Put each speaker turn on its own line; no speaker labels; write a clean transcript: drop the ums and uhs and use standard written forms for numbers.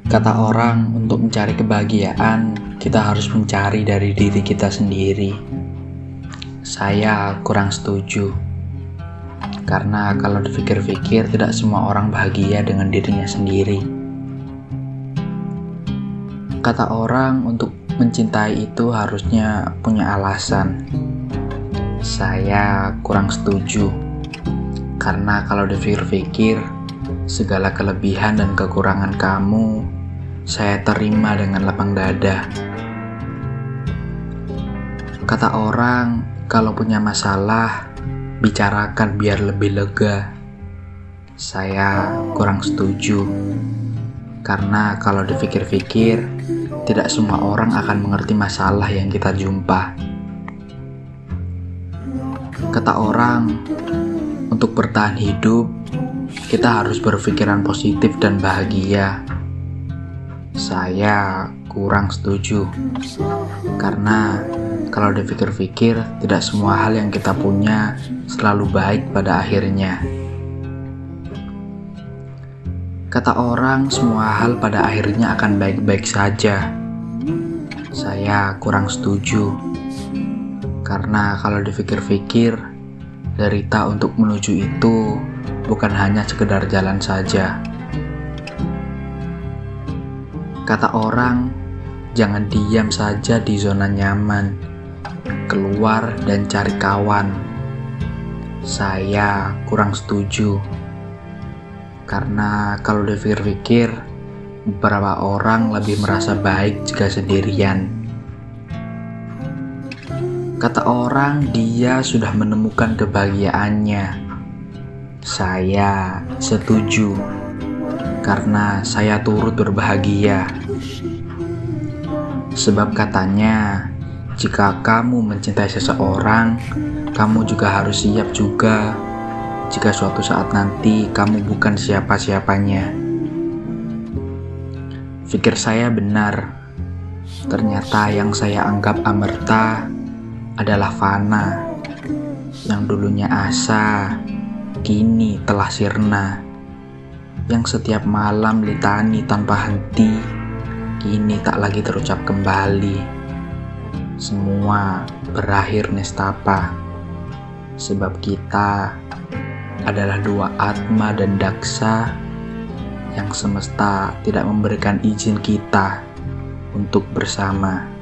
Kata orang, untuk mencari kebahagiaan, kita harus mencari dari diri kita sendiri. Saya kurang setuju, karena kalau dipikir-pikir tidak semua orang bahagia dengan dirinya sendiri. Kata orang, untuk mencintai itu harusnya punya alasan. Saya kurang setuju, karena kalau dipikir-pikir, segala kelebihan dan kekurangan kamu saya terima dengan lapang dada. Kata orang, kalau punya masalah, bicarakan biar lebih lega. Saya kurang setuju, karena kalau dipikir-pikir, tidak semua orang akan mengerti masalah yang kita jumpa. Kata orang, untuk bertahan hidup, kita harus berpikiran positif dan bahagia. Saya kurang setuju, karena kalau dipikir-pikir, tidak semua hal yang kita punya selalu baik pada akhirnya. Kata orang, semua hal pada akhirnya akan baik-baik saja. Saya kurang setuju, karena kalau dipikir-pikir, derita untuk menuju itu bukan hanya sekedar jalan saja. Kata orang, jangan diam saja di zona nyaman, keluar dan cari kawan. Saya kurang setuju, karena kalau dipikir-pikir, beberapa orang lebih merasa baik jika sendirian. Kata orang, dia sudah menemukan kebahagiaannya. Saya setuju, karena saya turut berbahagia. Sebab katanya, jika kamu mencintai seseorang, kamu juga harus siap juga jika suatu saat nanti kamu bukan siapa-siapanya. Pikir saya benar, ternyata yang saya anggap amerta adalah fana. Yang dulunya asa, kini telah sirna. Yang setiap malam litani tanpa henti, kini tak lagi terucap kembali. Semua berakhir nestapa, sebab kita adalah dua Atma dan Daksa yang semesta tidak memberikan izin kita untuk bersama.